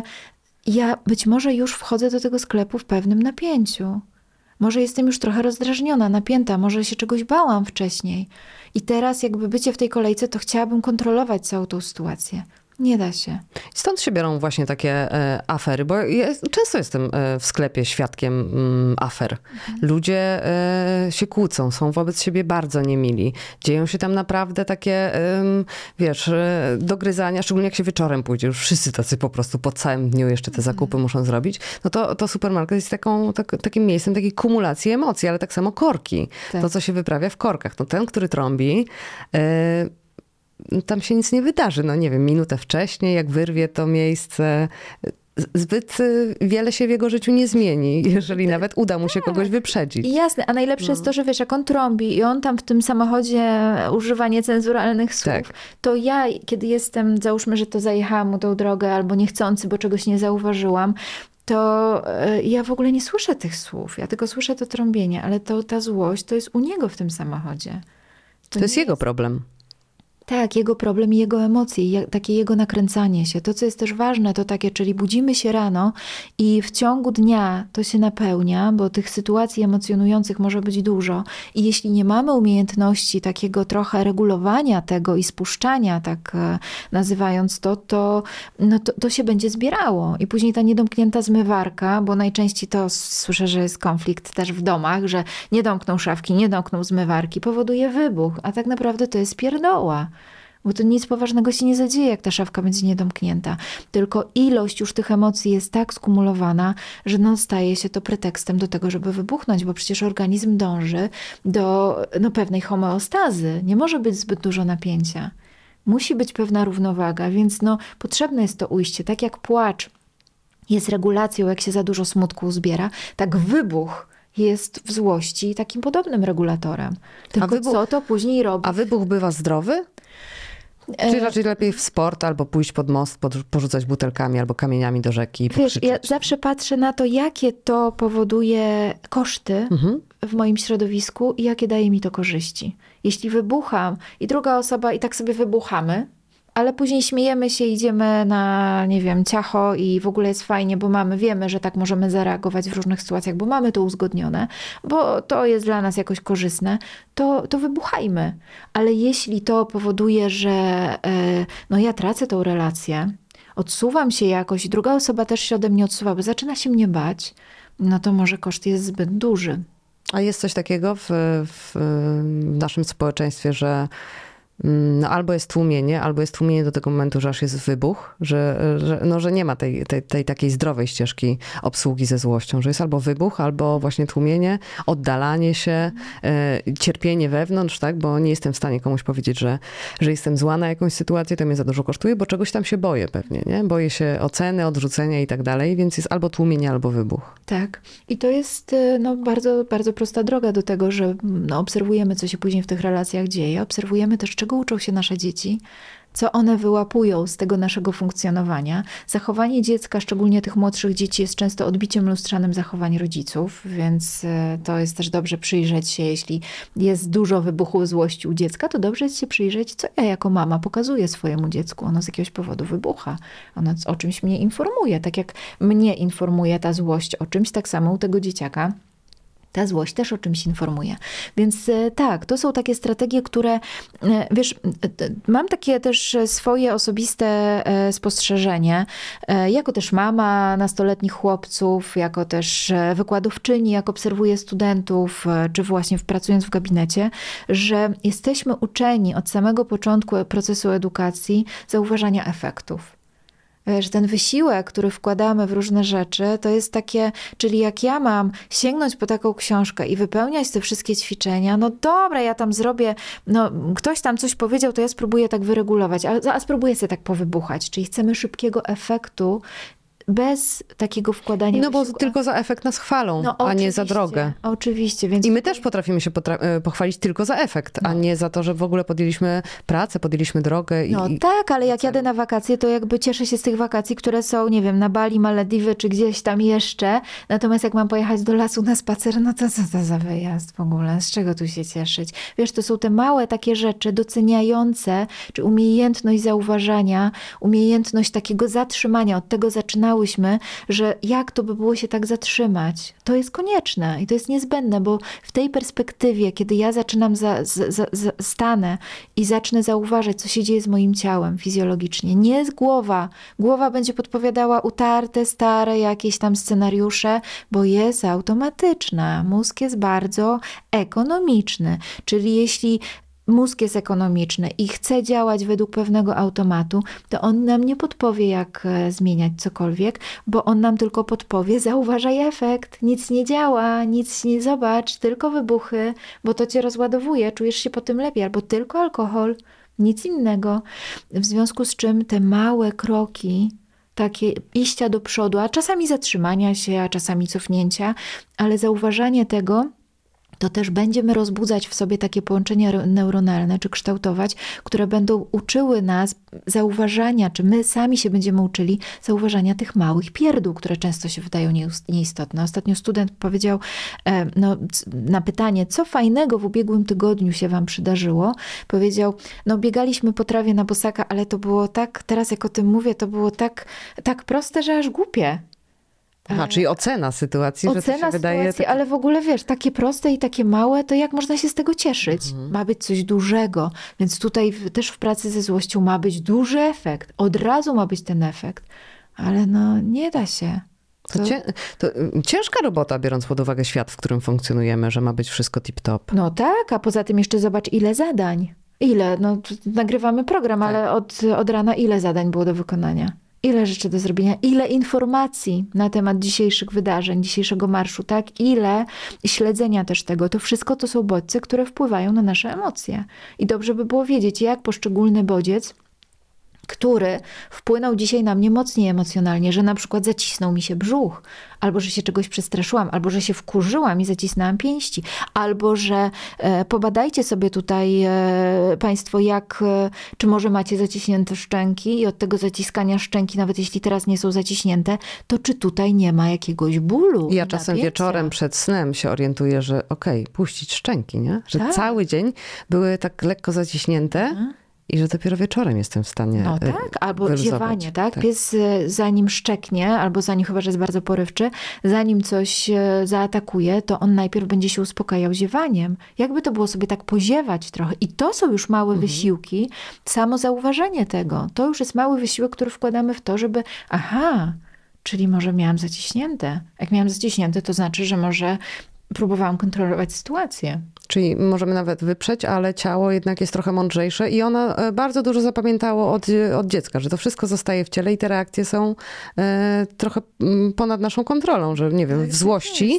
ja być może już wchodzę do tego sklepu w pewnym napięciu. Może jestem już trochę rozdrażniona, napięta, może się czegoś bałam wcześniej. I teraz jakby bycie w tej kolejce, to chciałabym kontrolować całą tą sytuację. Nie da się. Stąd się biorą właśnie takie e, afery, bo ja często jestem e, w sklepie świadkiem mm, afer. Mhm. Ludzie e, się kłócą, są wobec siebie bardzo niemili. Dzieją się tam naprawdę takie, e, wiesz, e, dogryzania, szczególnie jak się wieczorem pójdzie, już wszyscy tacy po prostu po całym dniu jeszcze te zakupy mhm. muszą zrobić. No to, to supermarket jest taką, tak, takim miejscem takiej kumulacji emocji, ale tak samo korki. Tak. To, co się wyprawia w korkach. No ten, który trąbi, e, tam się nic nie wydarzy. No nie wiem, minutę wcześniej, jak wyrwie to miejsce, zbyt wiele się w jego życiu nie zmieni, jeżeli nawet uda mu się kogoś wyprzedzić. Jasne, a najlepsze no. jest to, że wiesz, jak on trąbi i on tam w tym samochodzie używa niecenzuralnych słów, tak. to ja, kiedy jestem, załóżmy, że to zajechałam mu tą drogę albo niechcący, bo czegoś nie zauważyłam, to ja w ogóle nie słyszę tych słów. Ja tylko słyszę to trąbienie, ale to, ta złość to jest u niego w tym samochodzie. To, to jest jego jest... problem. Tak, jego problem i jego emocje, takie jego nakręcanie się. To, co jest też ważne, to takie, czyli budzimy się rano i w ciągu dnia to się napełnia, bo tych sytuacji emocjonujących może być dużo. I jeśli nie mamy umiejętności takiego trochę regulowania tego i spuszczania, tak nazywając to, to, no to, to się będzie zbierało. I później ta niedomknięta zmywarka, bo najczęściej to słyszę, że jest konflikt też w domach, że nie domkną szafki, nie domkną zmywarki, powoduje wybuch. A tak naprawdę to jest pierdoła. Bo to nic poważnego się nie zadzieje, jak ta szafka będzie niedomknięta. Tylko ilość już tych emocji jest tak skumulowana, że no staje się to pretekstem do tego, żeby wybuchnąć, bo przecież organizm dąży do no, pewnej homeostazy. Nie może być zbyt dużo napięcia. Musi być pewna równowaga, więc no, potrzebne jest to ujście. Tak jak płacz jest regulacją, jak się za dużo smutku uzbiera, tak wybuch jest w złości takim podobnym regulatorem. Tylko wybuch, co to później robi? A wybuch bywa zdrowy? Czy raczej lepiej w sport, albo pójść pod most, pod, porzucać butelkami albo kamieniami do rzeki? Wiesz, ja zawsze patrzę na to, jakie to powoduje koszty mhm. w moim środowisku i jakie daje mi to korzyści. Jeśli wybucham i druga osoba i tak sobie wybuchamy, ale później śmiejemy się, idziemy na, nie wiem, ciacho i w ogóle jest fajnie, bo mamy, wiemy, że tak możemy zareagować w różnych sytuacjach, bo mamy to uzgodnione, bo to jest dla nas jakoś korzystne, to, to wybuchajmy. Ale jeśli to powoduje, że no ja tracę tą relację, odsuwam się jakoś i druga osoba też się ode mnie odsuwa, bo zaczyna się mnie bać, no to może koszt jest zbyt duży. A jest coś takiego w, w naszym społeczeństwie, że no albo jest tłumienie, albo jest tłumienie do tego momentu, że aż jest wybuch, że, że, no, że nie ma tej, tej, tej takiej zdrowej ścieżki obsługi ze złością, że jest albo wybuch, albo właśnie tłumienie, oddalanie się, e, cierpienie wewnątrz, tak, bo nie jestem w stanie komuś powiedzieć, że, że jestem zła na jakąś sytuację, to mnie za dużo kosztuje, bo czegoś tam się boję pewnie, nie? Boję się oceny, odrzucenia i tak dalej, więc jest albo tłumienie, albo wybuch. Tak. I to jest no, bardzo, bardzo prosta droga do tego, że no, obserwujemy, co się później w tych relacjach dzieje, obserwujemy też, czego uczą się nasze dzieci, co one wyłapują z tego naszego funkcjonowania. Zachowanie dziecka, szczególnie tych młodszych dzieci, jest często odbiciem lustrzanym zachowań rodziców, więc to jest też dobrze przyjrzeć się, jeśli jest dużo wybuchu złości u dziecka, to dobrze jest się przyjrzeć, co ja jako mama pokazuję swojemu dziecku. Ono z jakiegoś powodu wybucha. Ono o czymś mnie informuje. Tak jak mnie informuje ta złość o czymś, tak samo u tego dzieciaka ta złość też o czymś informuje. Więc tak, to są takie strategie, które, wiesz, mam takie też swoje osobiste spostrzeżenie, jako też mama nastoletnich chłopców, jako też wykładowczyni, jak obserwuję studentów, czy właśnie pracując w gabinecie, że jesteśmy uczeni od samego początku procesu edukacji zauważania efektów. Że ten wysiłek, który wkładamy w różne rzeczy, to jest takie, czyli jak ja mam sięgnąć po taką książkę i wypełniać te wszystkie ćwiczenia, no dobra, ja tam zrobię, no ktoś tam coś powiedział, to ja spróbuję tak wyregulować, a, a spróbuję sobie tak powybuchać. Czyli chcemy szybkiego efektu, bez takiego wkładania No bo wysiłku. tylko za efekt nas chwalą, no, a nie za drogę. Oczywiście. Więc I my też potrafimy się potra- pochwalić tylko za efekt, no. a nie za to, że w ogóle podjęliśmy pracę, podjęliśmy drogę. I, no tak, ale jak jadę na wakacje, to jakby cieszę się z tych wakacji, które są, nie wiem, na Bali, Malediwy, czy gdzieś tam jeszcze. Natomiast jak mam pojechać do lasu na spacer, no to co to za wyjazd w ogóle? Z czego tu się cieszyć? Wiesz, to są te małe takie rzeczy doceniające, czy umiejętność zauważania, umiejętność takiego zatrzymania. Od tego zaczynałyśmy, że jak to by było się tak zatrzymać? To jest konieczne i to jest niezbędne, bo w tej perspektywie, kiedy ja zaczynam, za, za, za, stanę i zacznę zauważać, co się dzieje z moim ciałem fizjologicznie. Nie jest głowa. Głowa będzie podpowiadała utarte, stare jakieś tam scenariusze, bo jest automatyczna. Mózg jest bardzo ekonomiczny. Czyli jeśli mózg jest ekonomiczny i chce działać według pewnego automatu, to on nam nie podpowie, jak zmieniać cokolwiek, bo on nam tylko podpowie, zauważaj efekt, nic nie działa, nic nie zobacz, tylko wybuchy, bo to cię rozładowuje, czujesz się po tym lepiej, albo tylko alkohol, nic innego. W związku z czym te małe kroki, takie iścia do przodu, a czasami zatrzymania się, a czasami cofnięcia, ale zauważanie tego, to też będziemy rozbudzać w sobie takie połączenia neuronalne, czy kształtować, które będą uczyły nas zauważania, czy my sami się będziemy uczyli zauważania tych małych pierdół, które często się wydają nieistotne. Ostatnio student powiedział no, na pytanie, co fajnego w ubiegłym tygodniu się wam przydarzyło, powiedział, no biegaliśmy po trawie na bosaka, ale to było tak, teraz jak o tym mówię, to było tak, tak proste, że aż głupie. Aha, czyli ocena sytuacji, ocena że to się wydaje... sytuacji, tak... ale w ogóle wiesz, takie proste i takie małe, to jak można się z tego cieszyć? Mhm. Ma być coś dużego, więc tutaj w, też w pracy ze złością ma być duży efekt. Od razu ma być ten efekt, ale no nie da się. To, to... Cię, to ciężka robota, biorąc pod uwagę świat, w którym funkcjonujemy, że ma być wszystko tip-top. No tak, a poza tym jeszcze zobacz, ile zadań. Ile? No nagrywamy program, tak. ale od, od rana ile zadań było do wykonania? Ile rzeczy do zrobienia, ile informacji na temat dzisiejszych wydarzeń, dzisiejszego marszu, tak? Ile śledzenia też tego. To wszystko to są bodźce, które wpływają na nasze emocje. I dobrze by było wiedzieć, jak poszczególny bodziec, który wpłynął dzisiaj na mnie mocniej emocjonalnie, że na przykład zacisnął mi się brzuch, albo że się czegoś przestraszyłam, albo że się wkurzyłam i zacisnęłam pięści, albo że e, pobadajcie sobie tutaj e, państwo, jak, e, czy może macie zaciśnięte szczęki i od tego zaciskania szczęki, nawet jeśli teraz nie są zaciśnięte, to czy tutaj nie ma jakiegoś bólu? Ja czasem napięcia? Wieczorem przed snem się orientuję, że okej, okay, puścić szczęki, nie? Że tak. cały dzień były tak lekko zaciśnięte, mhm. I że dopiero wieczorem jestem w stanie No tak, albo ziewanie, tak? tak? Pies zanim szczeknie, albo zanim, chyba że jest bardzo porywczy, zanim coś zaatakuje, to on najpierw będzie się uspokajał ziewaniem. Jakby to było sobie tak poziewać trochę. I to są już małe mhm. wysiłki, samo zauważenie tego. To już jest mały wysiłek, który wkładamy w to, żeby aha, czyli może miałam zaciśnięte. Jak miałam zaciśnięte, to znaczy, że może próbowałam kontrolować sytuację. Czyli możemy nawet wyprzeć, ale ciało jednak jest trochę mądrzejsze i ono bardzo dużo zapamiętało od, od dziecka, że to wszystko zostaje w ciele i te reakcje są e, trochę ponad naszą kontrolą, że nie wiem, tak, w złości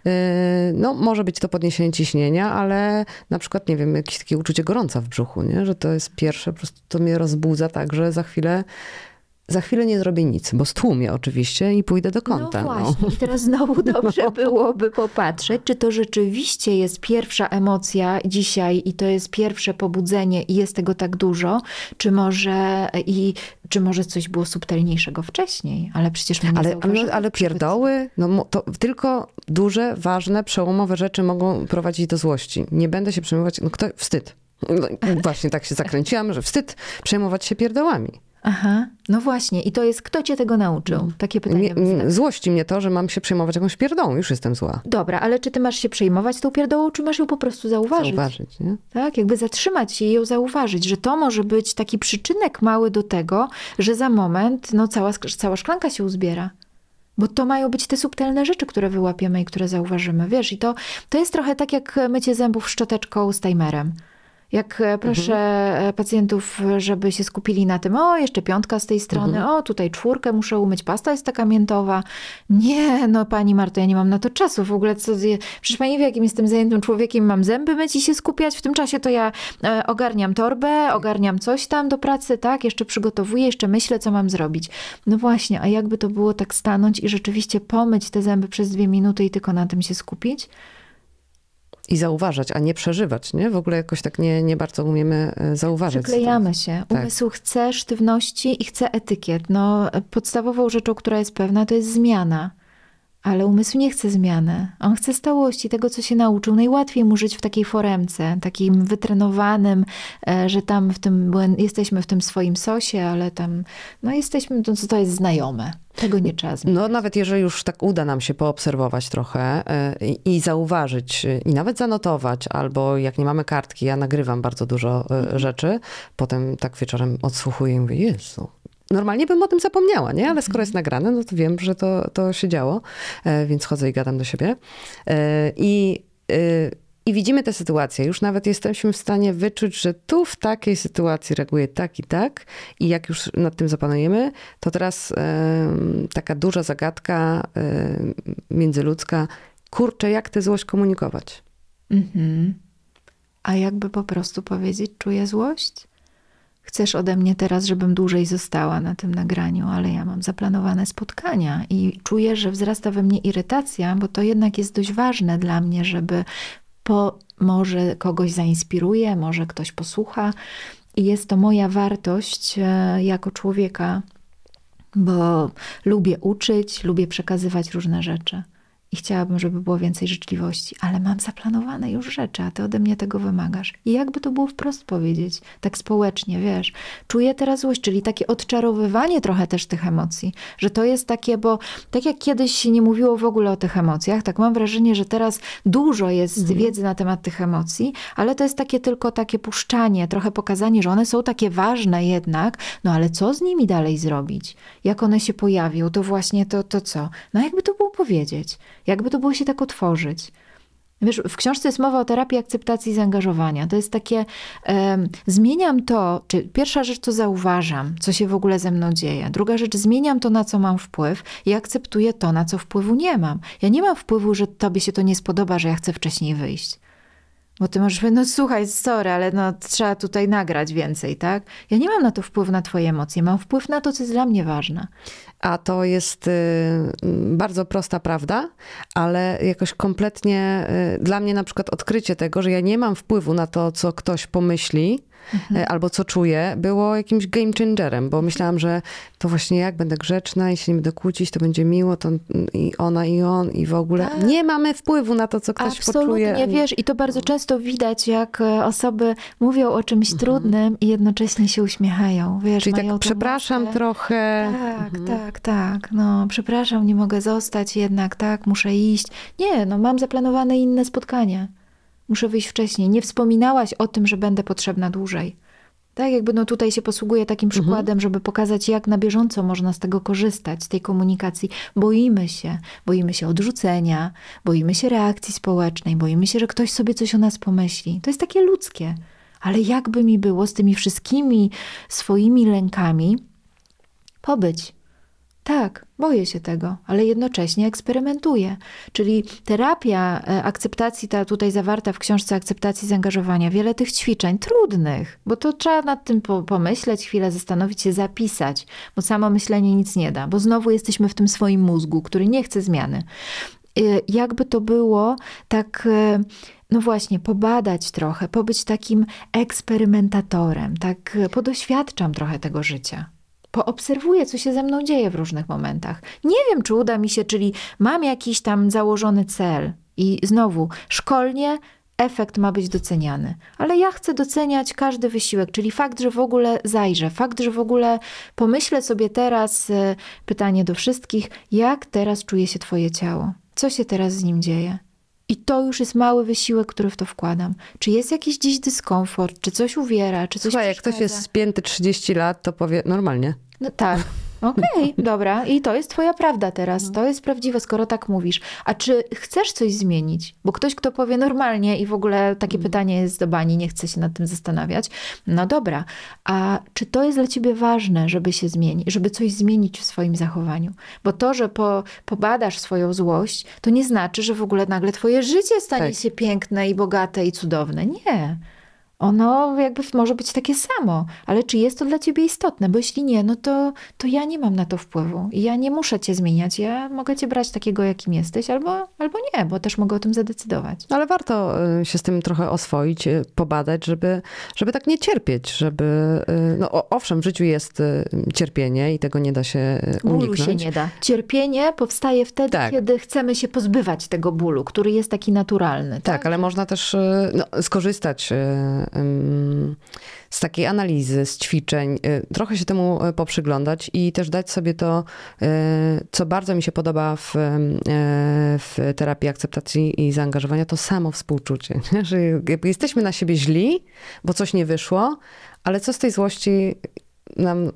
e, no może być to podniesienie ciśnienia, ale na przykład, nie wiem, jakieś takie uczucie gorąca w brzuchu, nie? Że to jest pierwsze, po prostu to mnie rozbudza tak, że za chwilę za chwilę nie zrobię nic, bo stłumię oczywiście i pójdę do kąta. No właśnie. I teraz znowu dobrze No. byłoby popatrzeć, czy to rzeczywiście jest pierwsza emocja dzisiaj i to jest pierwsze pobudzenie i jest tego tak dużo, czy może i czy może coś było subtelniejszego wcześniej, ale przecież my nie Ale, zauważymy. no, ale pierdoły, no mo- to tylko duże, ważne, przełomowe rzeczy mogą prowadzić do złości. Nie będę się przejmować, no kto, wstyd. No, właśnie tak się zakręciłam, że wstyd przejmować się pierdołami. Aha, no właśnie. I to jest, kto cię tego nauczył? Takie pytanie. Mnie, bym zadała. złości mnie to, że mam się przejmować jakąś pierdołą. Już jestem zła. Dobra, ale czy ty masz się przejmować tą pierdołą, czy masz ją po prostu zauważyć? Zauważyć, nie? Tak, jakby zatrzymać się i ją zauważyć, że to może być taki przyczynek mały do tego, że za moment no, cała, sk- cała szklanka się uzbiera. Bo to mają być te subtelne rzeczy, które wyłapiemy i które zauważymy. Wiesz, i to, to jest trochę tak jak mycie zębów szczoteczką z timerem. Jak e, proszę mhm. pacjentów, żeby się skupili na tym, o, jeszcze piątka z tej strony, mhm. o, tutaj czwórkę muszę umyć, pasta jest taka miętowa. Nie, no pani Marto, ja nie mam na to czasu. W ogóle, co, przecież pani wie, jakim jestem zajętym człowiekiem, mam zęby myć i się skupiać. W tym czasie to ja e, ogarniam torbę, ogarniam coś tam do pracy, tak, jeszcze przygotowuję, jeszcze myślę, co mam zrobić. No właśnie, a jakby to było tak stanąć i rzeczywiście pomyć te zęby przez dwie minuty i tylko na tym się skupić? I zauważać, a nie przeżywać, nie? W ogóle jakoś tak nie, nie bardzo umiemy zauważyć. Przyklejamy się. Tak. Umysł chce sztywności i chce etykiet. No, podstawową rzeczą, która jest pewna, to jest zmiana. Ale umysł nie chce zmiany. On chce stałości, tego, co się nauczył. Najłatwiej mu żyć w takiej foremce, takim wytrenowanym, że tam w tym, jesteśmy w tym swoim sosie, ale tam, no jesteśmy, to, to jest znajome. Tego nie trzeba zmienić. No nawet jeżeli już tak uda nam się poobserwować trochę i, i zauważyć, i nawet zanotować, albo jak nie mamy kartki, ja nagrywam bardzo dużo mhm. rzeczy, potem tak wieczorem odsłuchuję i mówię, Jezu. Normalnie bym o tym zapomniała, nie? Ale skoro jest nagrane, no to wiem, że to, to się działo, więc chodzę i gadam do siebie. I, I widzimy tę sytuację. Już nawet jesteśmy w stanie wyczuć, że tu w takiej sytuacji reaguje tak i tak. I jak już nad tym zapanujemy, to teraz taka duża zagadka międzyludzka. Kurczę, jak tę złość komunikować? Mhm. A jakby po prostu powiedzieć, czuję złość? Chcesz ode mnie teraz, żebym dłużej została na tym nagraniu, ale ja mam zaplanowane spotkania i czuję, że wzrasta we mnie irytacja, bo to jednak jest dość ważne dla mnie, żeby po, może kogoś zainspiruje, może ktoś posłucha i jest to moja wartość jako człowieka, bo lubię uczyć, lubię przekazywać różne rzeczy. I chciałabym, żeby było więcej życzliwości, ale mam zaplanowane już rzeczy, a ty ode mnie tego wymagasz. I jakby to było wprost powiedzieć, tak społecznie, wiesz, czuję teraz złość, czyli takie odczarowywanie trochę też tych emocji, że to jest takie, bo tak jak kiedyś się nie mówiło w ogóle o tych emocjach, tak mam wrażenie, że teraz dużo jest mhm. wiedzy na temat tych emocji, ale to jest takie tylko takie puszczanie, trochę pokazanie, że one są takie ważne jednak, no ale co z nimi dalej zrobić? Jak one się pojawią, to właśnie to, to co? No jakby to było powiedzieć? Jakby to było się tak otworzyć. Wiesz, w książce jest mowa o terapii akceptacji i zaangażowania. To jest takie, um, zmieniam to, czy pierwsza rzecz to zauważam, co się w ogóle ze mną dzieje. Druga rzecz, zmieniam to, na co mam wpływ i akceptuję to, na co wpływu nie mam. Ja nie mam wpływu, że tobie się to nie spodoba, że ja chcę wcześniej wyjść. Bo ty możesz powiedzieć, no słuchaj, sorry, ale no trzeba tutaj nagrać więcej, tak? Ja nie mam na to wpływu na twoje emocje, mam wpływ na to, co jest dla mnie ważne. A to jest y, bardzo prosta prawda, ale jakoś kompletnie y, dla mnie na przykład odkrycie tego, że ja nie mam wpływu na to, co ktoś pomyśli, mhm. albo co czuję, było jakimś game changerem, bo myślałam, że to właśnie jak będę grzeczna, jeśli nie będę kłócić, to będzie miło, to i ona, i on, i w ogóle. Tak. Nie mamy wpływu na to, co ktoś Absolutnie, poczuje. Absolutnie, wiesz, i to bardzo często widać, jak osoby mówią o czymś mhm. trudnym i jednocześnie się uśmiechają. Wiesz, czyli mają tak przepraszam mocę. trochę. Tak, mhm. tak, tak. No, przepraszam, nie mogę zostać jednak, tak, muszę iść. Nie, no mam zaplanowane inne spotkanie. Muszę wyjść wcześniej. Nie wspominałaś o tym, że będę potrzebna dłużej. Tak, jakby no tutaj się posługuję takim przykładem, mhm. żeby pokazać, jak na bieżąco można z tego korzystać, z tej komunikacji. Boimy się. Boimy się odrzucenia, boimy się reakcji społecznej, boimy się, że ktoś sobie coś o nas pomyśli. To jest takie ludzkie. Ale jakby mi było z tymi wszystkimi swoimi lękami pobyć. Tak, boję się tego, ale jednocześnie eksperymentuję. Czyli terapia e, akceptacji, ta tutaj zawarta w książce akceptacji zaangażowania, wiele tych ćwiczeń trudnych, bo to trzeba nad tym po, pomyśleć, chwilę zastanowić się, zapisać, bo samo myślenie nic nie da, bo znowu jesteśmy w tym swoim mózgu, który nie chce zmiany. E, jakby to było tak... E, No właśnie, pobadać trochę, pobyć takim eksperymentatorem, tak e, podoświadczam trochę tego życia. Poobserwuję, co się ze mną dzieje w różnych momentach. Nie wiem, czy uda mi się, czyli mam jakiś tam założony cel i znowu szkolnie efekt ma być doceniany. Ale ja chcę doceniać każdy wysiłek, czyli fakt, że w ogóle zajrzę, fakt, że w ogóle pomyślę sobie teraz, e, pytanie do wszystkich, jak teraz czuje się twoje ciało? Co się teraz z nim dzieje? I to już jest mały wysiłek, który w to wkładam. Czy jest jakiś dziś dyskomfort, czy coś uwiera, czy coś Słuchaj, jak ktoś przeszkadza? jest spięty trzydzieści lat, to powie normalnie. No tak. Okej, dobra. I to jest twoja prawda teraz. To jest prawdziwe, skoro tak mówisz. A czy chcesz coś zmienić? Bo ktoś, kto powie normalnie i w ogóle takie pytanie jest do bani, nie chce się nad tym zastanawiać. No dobra. A czy to jest dla ciebie ważne, żeby się zmienić, żeby coś zmienić w swoim zachowaniu? Bo to, że po, pobadasz swoją złość, to nie znaczy, że w ogóle nagle twoje życie stanie Tak. się piękne i bogate i cudowne. Nie. Ono jakby może być takie samo, ale czy jest to dla ciebie istotne? Bo jeśli nie, no to, to ja nie mam na to wpływu i ja nie muszę cię zmieniać. Ja mogę cię brać takiego, jakim jesteś, albo, albo nie, bo też mogę o tym zadecydować. No ale warto y, się z tym trochę oswoić, y, pobadać, żeby, żeby tak nie cierpieć, żeby... y, No o- owszem, w życiu jest y, cierpienie i tego nie da się y, Bólu uniknąć. się nie da. Cierpienie powstaje wtedy, Tak. kiedy chcemy się pozbywać tego bólu, który jest taki naturalny. Tak, Tak, ale można też y, no, skorzystać y, ym, z takiej analizy, z ćwiczeń, y, trochę się temu y, poprzyglądać i też dać sobie to, y, co bardzo mi się podoba w, y, w terapii akceptacji i zaangażowania, to samo współczucie. Nie? Że jakby jesteśmy na siebie źli, bo coś nie wyszło, ale co z tej złości nam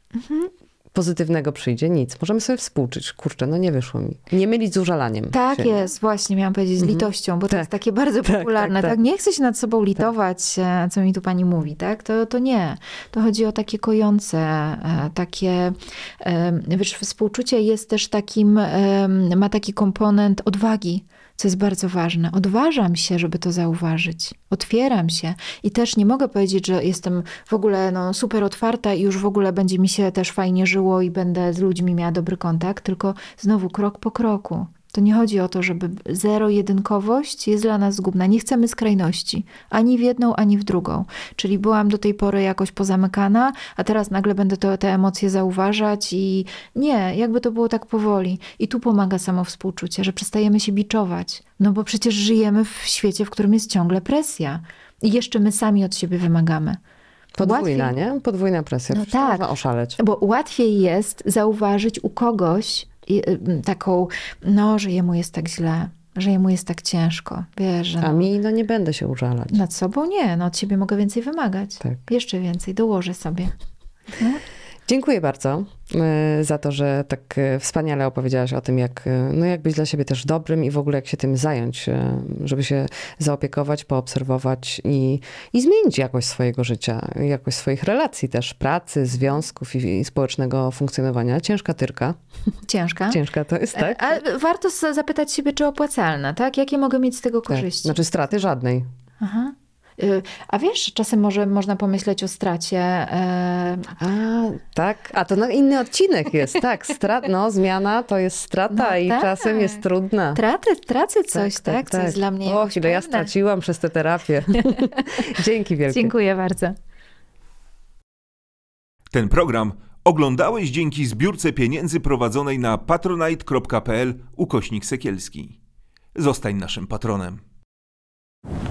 pozytywnego przyjdzie? Nic. Możemy sobie współczuć. Kurczę, no nie wyszło mi. Nie mylić z użalaniem. Tak się. jest, właśnie miałam powiedzieć z litością, bo to Tak. jest takie bardzo Tak, popularne. tak, Tak, tak. Nie chcę się nad sobą litować, e, co mi tu pani mówi, tak? To, to nie. To chodzi o takie kojące, e, takie, e, wiesz, współczucie jest też takim, e, ma taki komponent odwagi, co jest bardzo ważne. Odważam się, żeby to zauważyć. Otwieram się i też nie mogę powiedzieć, że jestem w ogóle no, super otwarta i już w ogóle będzie mi się też fajnie żyło i będę z ludźmi miała dobry kontakt, tylko znowu krok po kroku. To nie chodzi o to, żeby zero-jedynkowość jest dla nas zgubna. Nie chcemy skrajności. Ani w jedną, ani w drugą. Czyli byłam do tej pory jakoś pozamykana, a teraz nagle będę to, te emocje zauważać i nie, jakby to było tak powoli. I tu pomaga samo współczucie, że przestajemy się biczować. No bo przecież żyjemy w świecie, w którym jest ciągle presja. I jeszcze my sami od siebie wymagamy. Podwójna, Łatwiej- nie? Podwójna presja. No Przecież tak. Można oszaleć. Bo łatwiej jest zauważyć u kogoś i, y, taką, no, że jemu jest tak źle, że jemu jest tak ciężko. Wiesz, że A no, mi no nie będę się użalać. nad sobą nie, no od siebie mogę więcej wymagać. Tak. Jeszcze więcej, dołożę sobie. No. Dziękuję bardzo y, za to, że tak y, wspaniale opowiedziałaś o tym, jak, y, no jak być dla siebie też dobrym i w ogóle jak się tym zająć, y, żeby się zaopiekować, poobserwować i, i zmienić jakość swojego życia, jakość swoich relacji też, pracy, związków i, i społecznego funkcjonowania. Ciężka tyrka. Ciężka. Ciężka to jest, tak? Ale warto s- zapytać siebie, czy opłacalna, tak? Jakie mogę mieć z tego Tak. korzyści? Znaczy straty żadnej. Aha. Y, A wiesz, czasem może można pomyśleć o stracie. e, A, tak. A to na inny odcinek jest, tak. Strat, no, zmiana to jest strata No i tak. czasem jest trudna. Traty, tracę coś, tak? Co jest dla mnie Och, jakoś ile ja pewne. straciłam przez tę terapię. Dzięki wielkie. Dziękuję bardzo. Ten program oglądałeś dzięki zbiórce pieniędzy prowadzonej na patronite.pl ukośnik Sekielski. Zostań naszym patronem.